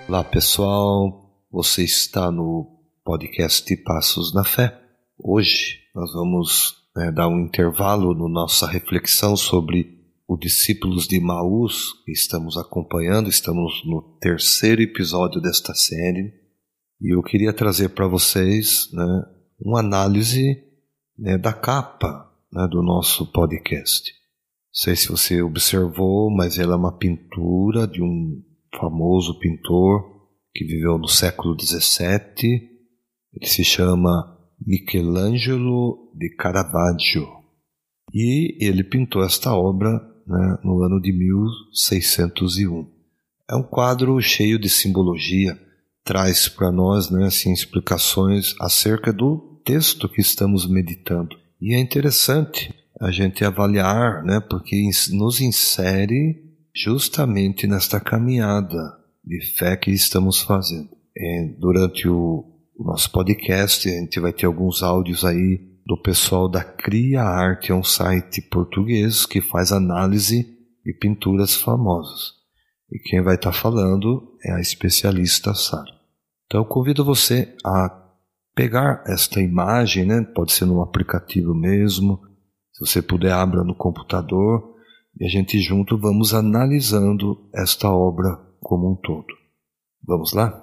Olá pessoal, você está no podcast Passos na Fé. Hoje nós vamos dar um intervalo na nossa reflexão sobre os discípulos de Emaús que estamos acompanhando. Estamos no terceiro episódio desta série e eu queria trazer para vocês uma análise da capa do nosso podcast. Não sei se você observou, mas ela é uma pintura de um famoso pintor que viveu no século XVII. Ele se chama Michelangelo de Caravaggio e ele pintou esta obra no ano de 1601. É um quadro cheio de simbologia, traz para nós explicações acerca do texto que estamos meditando. E é interessante a gente avaliar, porque nos insere justamente nesta caminhada de fé que estamos fazendo. Durante o nosso podcast, a gente vai ter alguns áudios aí do pessoal da Cria Arte, é um site português que faz análise de pinturas famosas. E quem vai estar falando é a especialista Sara. Então eu convido você a pegar esta imagem, pode ser no aplicativo mesmo, se você puder abra no computador, e a gente junto vamos analisando esta obra como um todo. Vamos lá?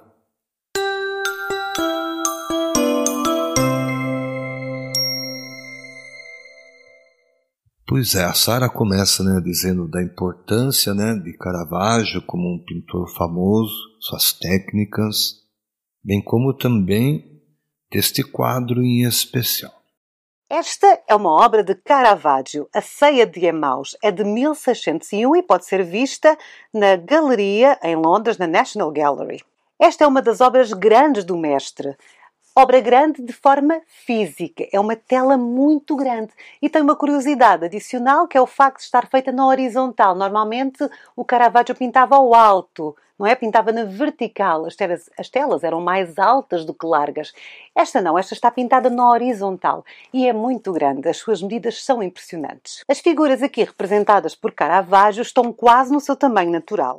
Pois é, a Sara começa dizendo da importância de Caravaggio como um pintor famoso, suas técnicas, bem como também deste quadro em especial. Esta é uma obra de Caravaggio, A Ceia de Emaús. É de 1601 e pode ser vista na galeria em Londres, na National Gallery. Esta é uma das obras grandes do mestre. Obra grande de forma física. É uma tela muito grande. E tem uma curiosidade adicional, que é o facto de estar feita na horizontal. Normalmente o Caravaggio pintava ao alto, não é? Pintava na vertical. As telas eram mais altas do que largas. Esta não, esta está pintada na horizontal. E é muito grande. As suas medidas são impressionantes. As figuras aqui representadas por Caravaggio estão quase no seu tamanho natural.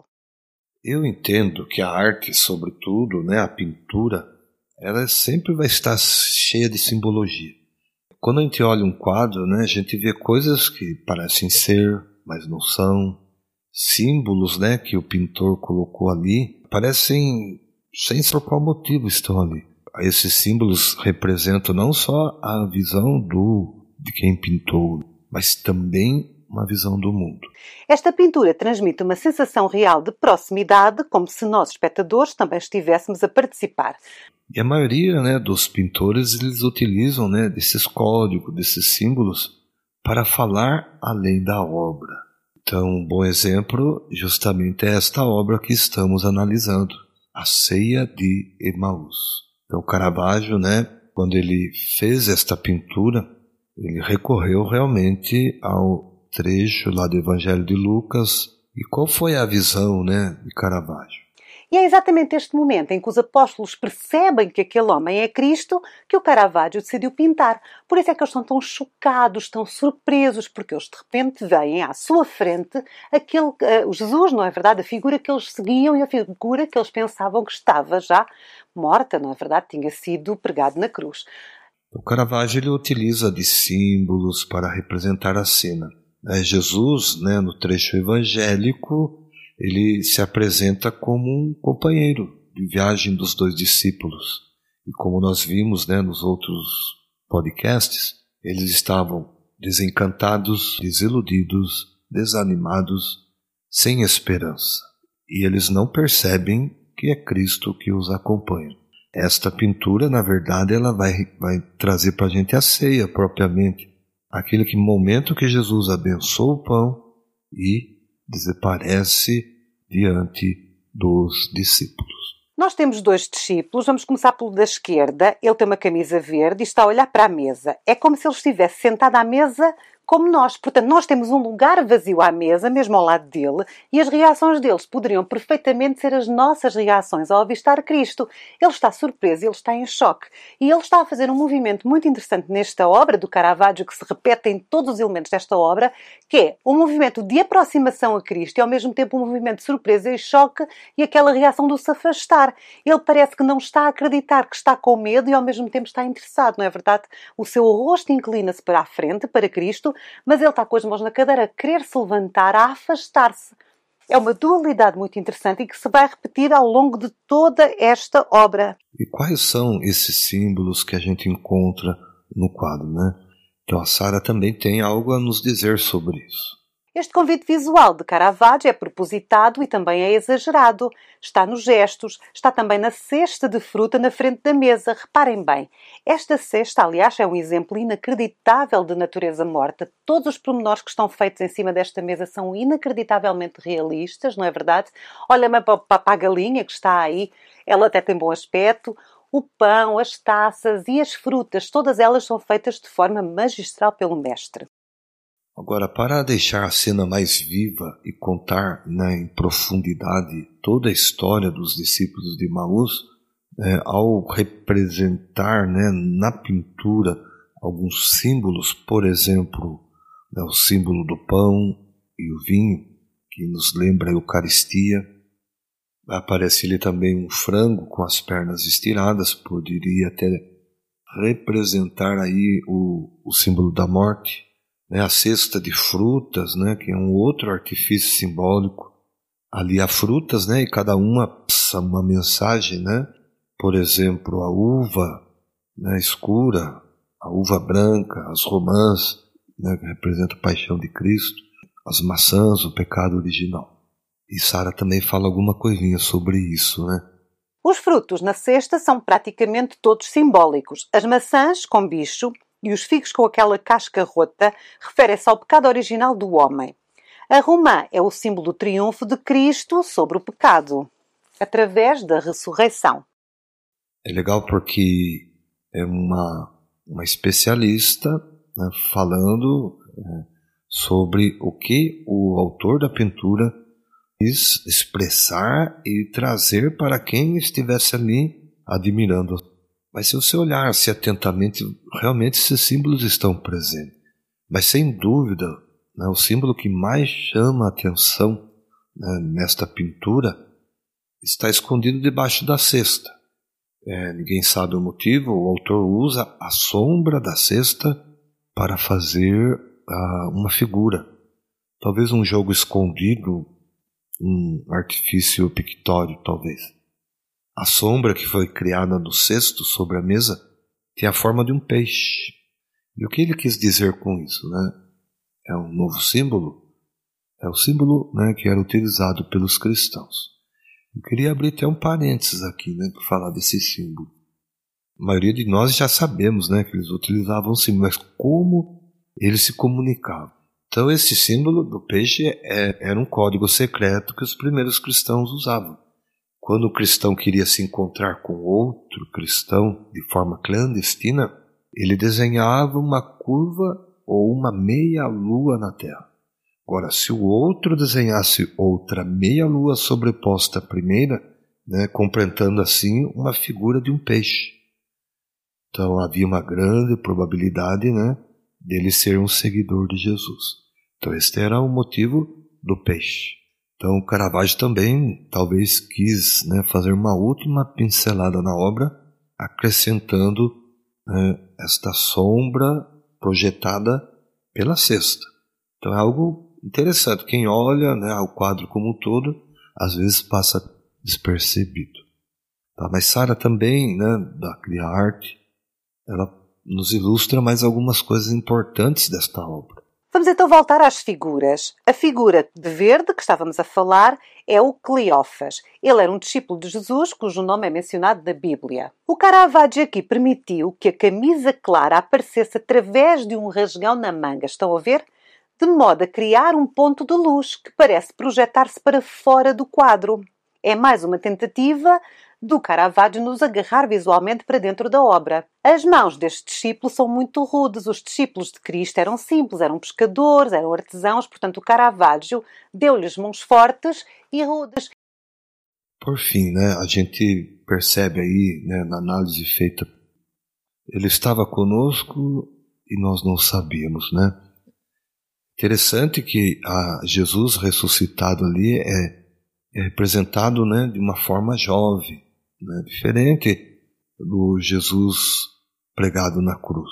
Eu entendo que a arte, sobretudo, a pintura, ela sempre vai estar cheia de simbologia. Quando a gente olha um quadro, a gente vê coisas que parecem ser, mas não são. Símbolos que o pintor colocou ali, parecem, sem saber qual motivo estão ali. Esses símbolos representam não só a visão de quem pintou, mas também uma visão do mundo. Esta pintura transmite uma sensação real de proximidade, como se nós, espectadores, também estivéssemos a participar. E a maioria dos pintores, eles utilizam desses códigos, desses símbolos, para falar além da obra. Então, um bom exemplo justamente é esta obra que estamos analisando, A Ceia de Emaús. Então, Caravaggio, quando ele fez esta pintura, ele recorreu realmente ao trecho lá do Evangelho de Lucas. E qual foi a visão de Caravaggio? E é exatamente este momento em que os apóstolos percebem que aquele homem é Cristo que o Caravaggio decidiu pintar. Por isso é que eles estão tão chocados, tão surpresos, porque eles de repente veem à sua frente o Jesus, não é verdade? A figura que eles seguiam e a figura que eles pensavam que estava já morta, não é verdade? Tinha sido pregado na cruz. O Caravaggio ele utiliza de símbolos para representar a cena. Jesus, no trecho evangélico, ele se apresenta como um companheiro de viagem dos dois discípulos. E como nós vimos nos outros podcasts, eles estavam desencantados, desiludidos, desanimados, sem esperança. E eles não percebem que é Cristo que os acompanha. Esta pintura, na verdade, ela vai trazer para a gente a ceia propriamente. Aquele momento que Jesus abençoa o pão e desaparece diante dos discípulos. Nós temos dois discípulos, vamos começar pelo da esquerda. Ele tem uma camisa verde e está a olhar para a mesa. É como se ele estivesse sentado à mesa como nós. Portanto, nós temos um lugar vazio à mesa, mesmo ao lado dele, e as reações deles poderiam perfeitamente ser as nossas reações ao avistar Cristo. Ele está surpreso, ele está em choque. E ele está a fazer um movimento muito interessante nesta obra do Caravaggio, que se repete em todos os elementos desta obra, que é um movimento de aproximação a Cristo e ao mesmo tempo um movimento de surpresa e choque e aquela reação do se afastar. Ele parece que não está a acreditar, que está com medo e ao mesmo tempo está interessado, não é verdade? O seu rosto inclina-se para a frente, para Cristo, mas ele está com as mãos na cadeira a querer se levantar, a afastar-se. É uma dualidade muito interessante e que se vai repetir ao longo de toda esta obra. E quais são esses símbolos que a gente encontra no quadro, né? Então a Sara também tem algo a nos dizer sobre isso. Este convite visual de Caravaggio é propositado e também é exagerado. Está nos gestos, está também na cesta de fruta na frente da mesa. Reparem bem, esta cesta, aliás, é um exemplo inacreditável de natureza morta. Todos os pormenores que estão feitos em cima desta mesa são inacreditavelmente realistas, não é verdade? Olha-me para a galinha que está aí, ela até tem bom aspecto. O pão, as taças e as frutas, todas elas são feitas de forma magistral pelo mestre. Agora, para deixar a cena mais viva e contar, né, em profundidade toda a história dos discípulos de Emaús, ao representar, né, na pintura alguns símbolos, por exemplo, né, o símbolo do pão e o vinho, que nos lembra a Eucaristia, aparece ali também um frango com as pernas estiradas, poderia até representar aí o símbolo da morte. A cesta de frutas, né, que é um outro artifício simbólico. Ali há frutas, né, e cada uma passa uma mensagem, né? Por exemplo, a uva, né, escura, a uva branca, as romãs, né, que representam a paixão de Cristo, as maçãs, o pecado original. E Sara também fala alguma coisinha sobre isso, né? Os frutos na cesta são praticamente todos simbólicos. As maçãs com bicho e os figos com aquela casca rota referem-se ao pecado original do homem. A romã é o símbolo do triunfo de Cristo sobre o pecado, através da ressurreição. É legal porque é uma especialista, né, falando sobre o que o autor da pintura quis expressar e trazer para quem estivesse ali admirando. Mas se você olhar-se atentamente, realmente esses símbolos estão presentes. Mas sem dúvida, né, o símbolo que mais chama a atenção, né, nesta pintura está escondido debaixo da cesta. Ninguém sabe o motivo, o autor usa a sombra da cesta para fazer uma figura. Talvez um jogo escondido, um artifício pictório, talvez. A sombra que foi criada no cesto sobre a mesa tem a forma de um peixe. E o que ele quis dizer com isso, né? É um novo símbolo? É o símbolo, né, que era utilizado pelos cristãos. Eu queria abrir até um parênteses aqui, né, para falar desse símbolo. A maioria de nós já sabemos, né, que eles utilizavam o símbolo, mas como eles se comunicavam? Então esse símbolo do peixe era um código secreto que os primeiros cristãos usavam. Quando o cristão queria se encontrar com outro cristão de forma clandestina, ele desenhava uma curva ou uma meia-lua na terra. Agora, se o outro desenhasse outra meia-lua sobreposta à primeira, né, completando assim uma figura de um peixe. Então havia uma grande probabilidade, né, dele ser um seguidor de Jesus. Então este era o motivo do peixe. Então o Caravaggio também talvez quis, né, fazer uma última pincelada na obra, acrescentando, né, esta sombra projetada pela cesta. Então é algo interessante. Quem olha, né, ao quadro como um todo, às vezes passa despercebido. Tá? Mas Sara também, né, da Cria Arte, ela nos ilustra mais algumas coisas importantes desta obra. Vamos então voltar às figuras. A figura de verde que estávamos a falar é o Cleófas. Ele era um discípulo de Jesus cujo nome é mencionado na Bíblia. O Caravaggio aqui permitiu que a camisa clara aparecesse através de um rasgão na manga. Estão a ver? De modo a criar um ponto de luz que parece projetar-se para fora do quadro. É mais uma tentativa do Caravaggio nos agarrar visualmente para dentro da obra. As mãos deste discípulo são muito rudes. Os discípulos de Cristo eram simples, eram pescadores, eram artesãos, portanto o Caravaggio deu-lhes mãos fortes e rudes. Por fim, a gente percebe aí, na análise feita, ele estava conosco e nós não sabíamos, Interessante que Jesus ressuscitado ali é representado, de uma forma jovem, diferente do Jesus pregado na cruz.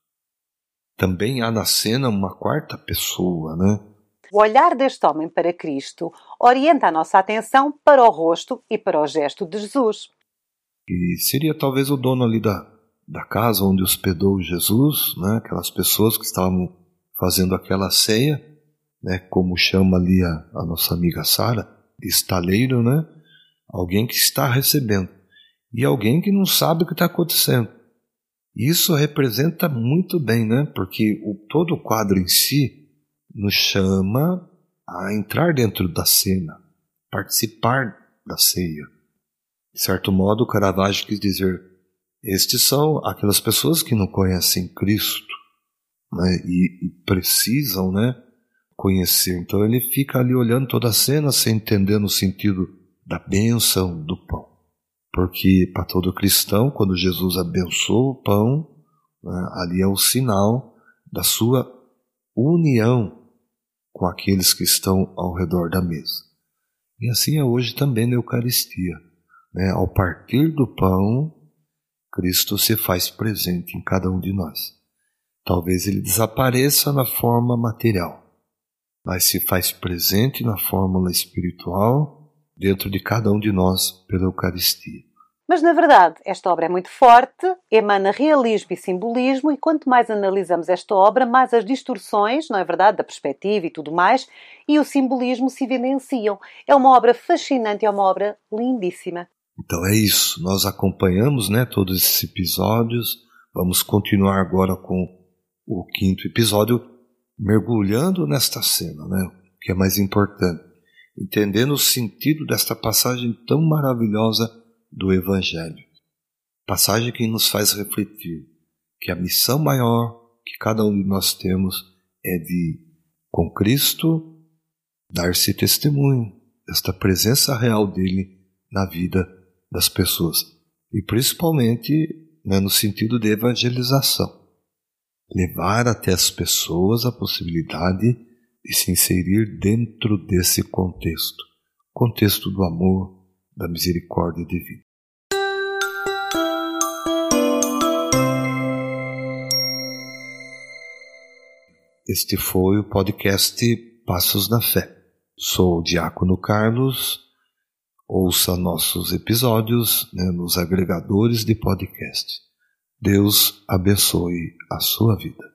Também há na cena uma quarta pessoa, O olhar deste homem para Cristo orienta a nossa atenção para o rosto e para o gesto de Jesus. E seria talvez o dono ali da casa onde hospedou Jesus, aquelas pessoas que estavam fazendo aquela ceia, como chama ali a nossa amiga Sara, de estaleiro, alguém que está recebendo e alguém que não sabe o que está acontecendo. Isso representa muito bem, porque todo o quadro em si nos chama a entrar dentro da cena, participar da ceia. De certo modo, o Caravaggio quis dizer, estes são aquelas pessoas que não conhecem Cristo, e precisam, conhecer. Então ele fica ali olhando toda a cena sem entender no sentido da bênção do pão. Porque para todo cristão, quando Jesus abençoa o pão, ali é o sinal da sua união com aqueles que estão ao redor da mesa. E assim é hoje também na Eucaristia. Ao partir do pão, Cristo se faz presente em cada um de nós. Talvez ele desapareça na forma material, mas se faz presente na fórmula espiritual dentro de cada um de nós pela Eucaristia. Mas, na verdade, esta obra é muito forte, emana realismo e simbolismo, e quanto mais analisamos esta obra, mais as distorções, não é verdade, da perspectiva e tudo mais, e o simbolismo se evidenciam. É uma obra fascinante, é uma obra lindíssima. Então é isso, nós acompanhamos todos esses episódios, vamos continuar agora com o 5º episódio, mergulhando nesta cena, o que é mais importante, entendendo o sentido desta passagem tão maravilhosa do Evangelho. Passagem que nos faz refletir que a missão maior que cada um de nós temos é de, com Cristo, dar-se testemunho desta presença real dele na vida das pessoas. E principalmente no sentido de evangelização. Levar até as pessoas a possibilidade de se inserir dentro desse contexto do amor, da misericórdia divina. Este foi o podcast Passos na Fé. Sou o Diácono Carlos. Ouça nossos episódios nos agregadores de podcast. Deus abençoe a sua vida.